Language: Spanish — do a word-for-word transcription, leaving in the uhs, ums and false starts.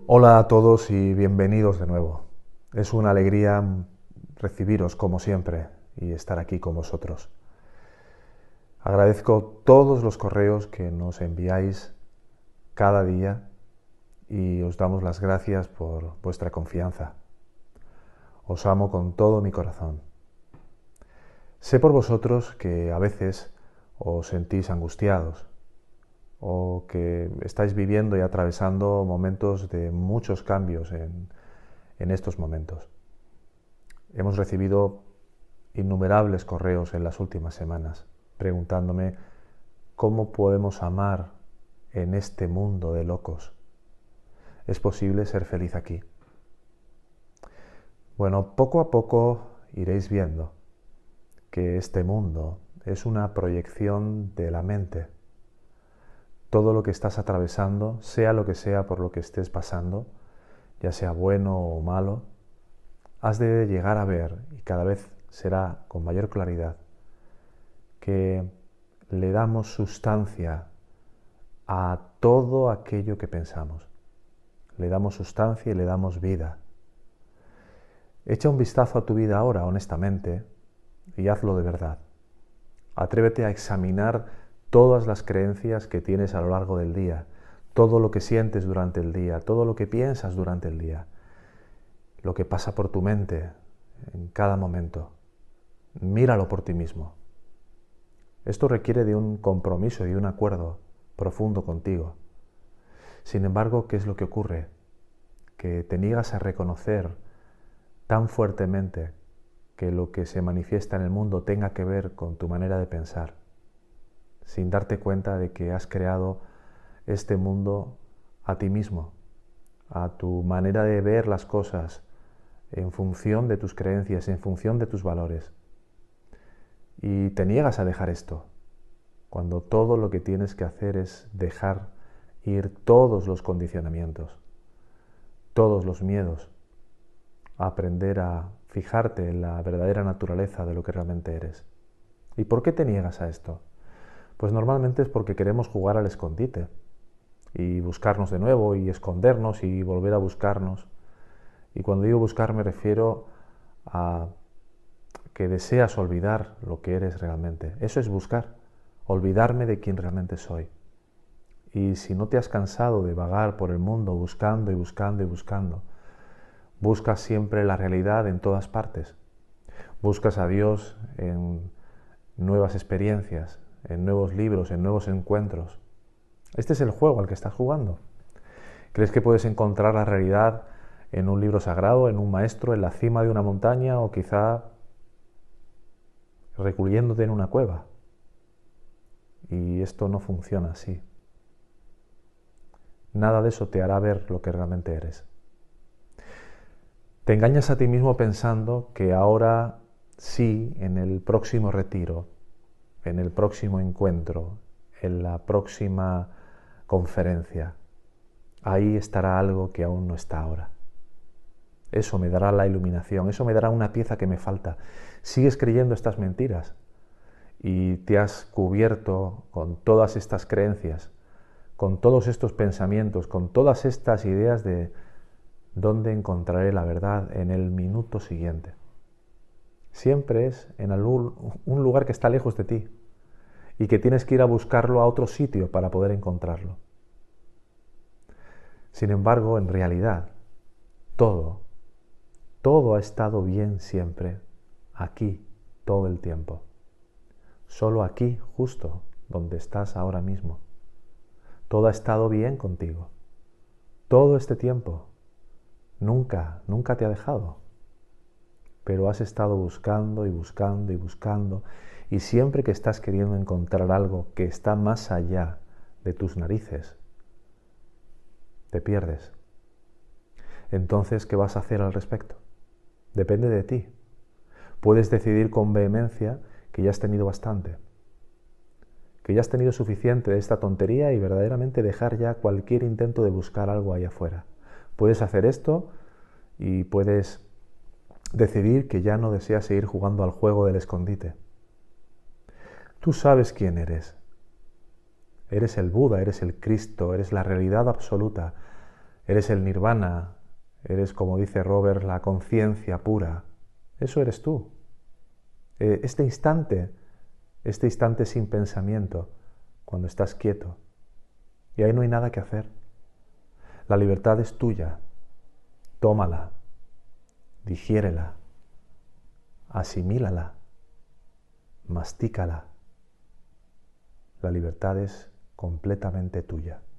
Hola a todos y bienvenidos de nuevo. Es una alegría recibiros como siempre y estar aquí con vosotros. Agradezco todos los correos que nos enviáis cada día y os damos las gracias por vuestra confianza. Os amo con todo mi corazón. Sé por vosotros que a veces os sentís angustiados o que estáis viviendo y atravesando momentos de muchos cambios en, en estos momentos. Hemos recibido innumerables correos en las últimas semanas preguntándome cómo podemos amar en este mundo de locos. ¿Es posible ser feliz aquí? Bueno, poco a poco iréis viendo que este mundo es una proyección de la mente. Todo lo que estás atravesando, sea lo que sea por lo que estés pasando, ya sea bueno o malo, has de llegar a ver, y cada vez será con mayor claridad, que le damos sustancia a todo aquello que pensamos. Le damos sustancia y le damos vida. Echa un vistazo a tu vida ahora, honestamente, y hazlo de verdad. Atrévete a examinar todas las creencias que tienes a lo largo del día, todo lo que sientes durante el día, todo lo que piensas durante el día, lo que pasa por tu mente en cada momento. Míralo por ti mismo. Esto requiere de un compromiso y un acuerdo profundo contigo. Sin embargo, ¿qué es lo que ocurre? Que te niegas a reconocer tan fuertemente que lo que se manifiesta en el mundo tenga que ver con tu manera de pensar, sin darte cuenta de que has creado este mundo a ti mismo, a tu manera de ver las cosas en función de tus creencias, en función de tus valores. Y te niegas a dejar esto, cuando todo lo que tienes que hacer es dejar ir todos los condicionamientos, todos los miedos, a aprender a fijarte en la verdadera naturaleza de lo que realmente eres. ¿Y por qué te niegas a esto? Pues normalmente es porque queremos jugar al escondite y buscarnos de nuevo y escondernos y volver a buscarnos. Y cuando digo buscar me refiero a que deseas olvidar lo que eres realmente. Eso es buscar, olvidarme de quién realmente soy. Y si no te has cansado de vagar por el mundo buscando y buscando y buscando, buscas siempre la realidad en todas partes. Buscas a Dios en nuevas experiencias, en nuevos libros, en nuevos encuentros. Este es el juego al que estás jugando. ¿Crees que puedes encontrar la realidad en un libro sagrado, en un maestro, en la cima de una montaña o quizá recluyéndote en una cueva? Y esto no funciona así. Nada de eso te hará ver lo que realmente eres. Te engañas a ti mismo pensando que ahora sí, en el próximo retiro, en el próximo encuentro, en la próxima conferencia, ahí estará algo que aún no está ahora. Eso me dará la iluminación, eso me dará una pieza que me falta. Sigues creyendo estas mentiras y te has cubierto con todas estas creencias, con todos estos pensamientos, con todas estas ideas de dónde encontraré la verdad en el minuto siguiente. Siempre es en algún, un lugar que está lejos de ti y que tienes que ir a buscarlo a otro sitio para poder encontrarlo. Sin embargo, en realidad, todo, todo ha estado bien siempre, aquí, todo el tiempo. Solo aquí, justo donde estás ahora mismo. Todo ha estado bien contigo. Todo este tiempo. Nunca, nunca te ha dejado. Pero has estado buscando y buscando y buscando, y siempre que estás queriendo encontrar algo que está más allá de tus narices, te pierdes. Entonces, ¿qué vas a hacer al respecto? Depende de ti. Puedes decidir con vehemencia que ya has tenido bastante, que ya has tenido suficiente de esta tontería y verdaderamente dejar ya cualquier intento de buscar algo allá afuera. Puedes hacer esto y puedes decidir que ya no deseas seguir jugando al juego del escondite. Tú sabes quién eres. Eres el Buda, eres el Cristo, eres la realidad absoluta. Eres el nirvana, eres, como dice Robert, la conciencia pura. Eso eres tú. Este instante, este instante sin pensamiento, cuando estás quieto. Y ahí no hay nada que hacer. La libertad es tuya. Tómala, digiérela, asimílala, mastícala. La libertad es completamente tuya.